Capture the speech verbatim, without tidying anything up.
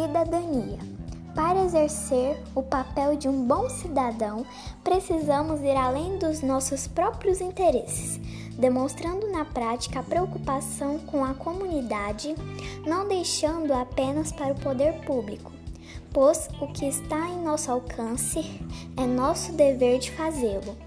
cidadania. Para exercer o papel de um bom cidadão, precisamos ir além dos nossos próprios interesses, demonstrando na prática a preocupação com a comunidade, não deixando apenas para o poder público, pois o que está em nosso alcance é nosso dever de fazê-lo.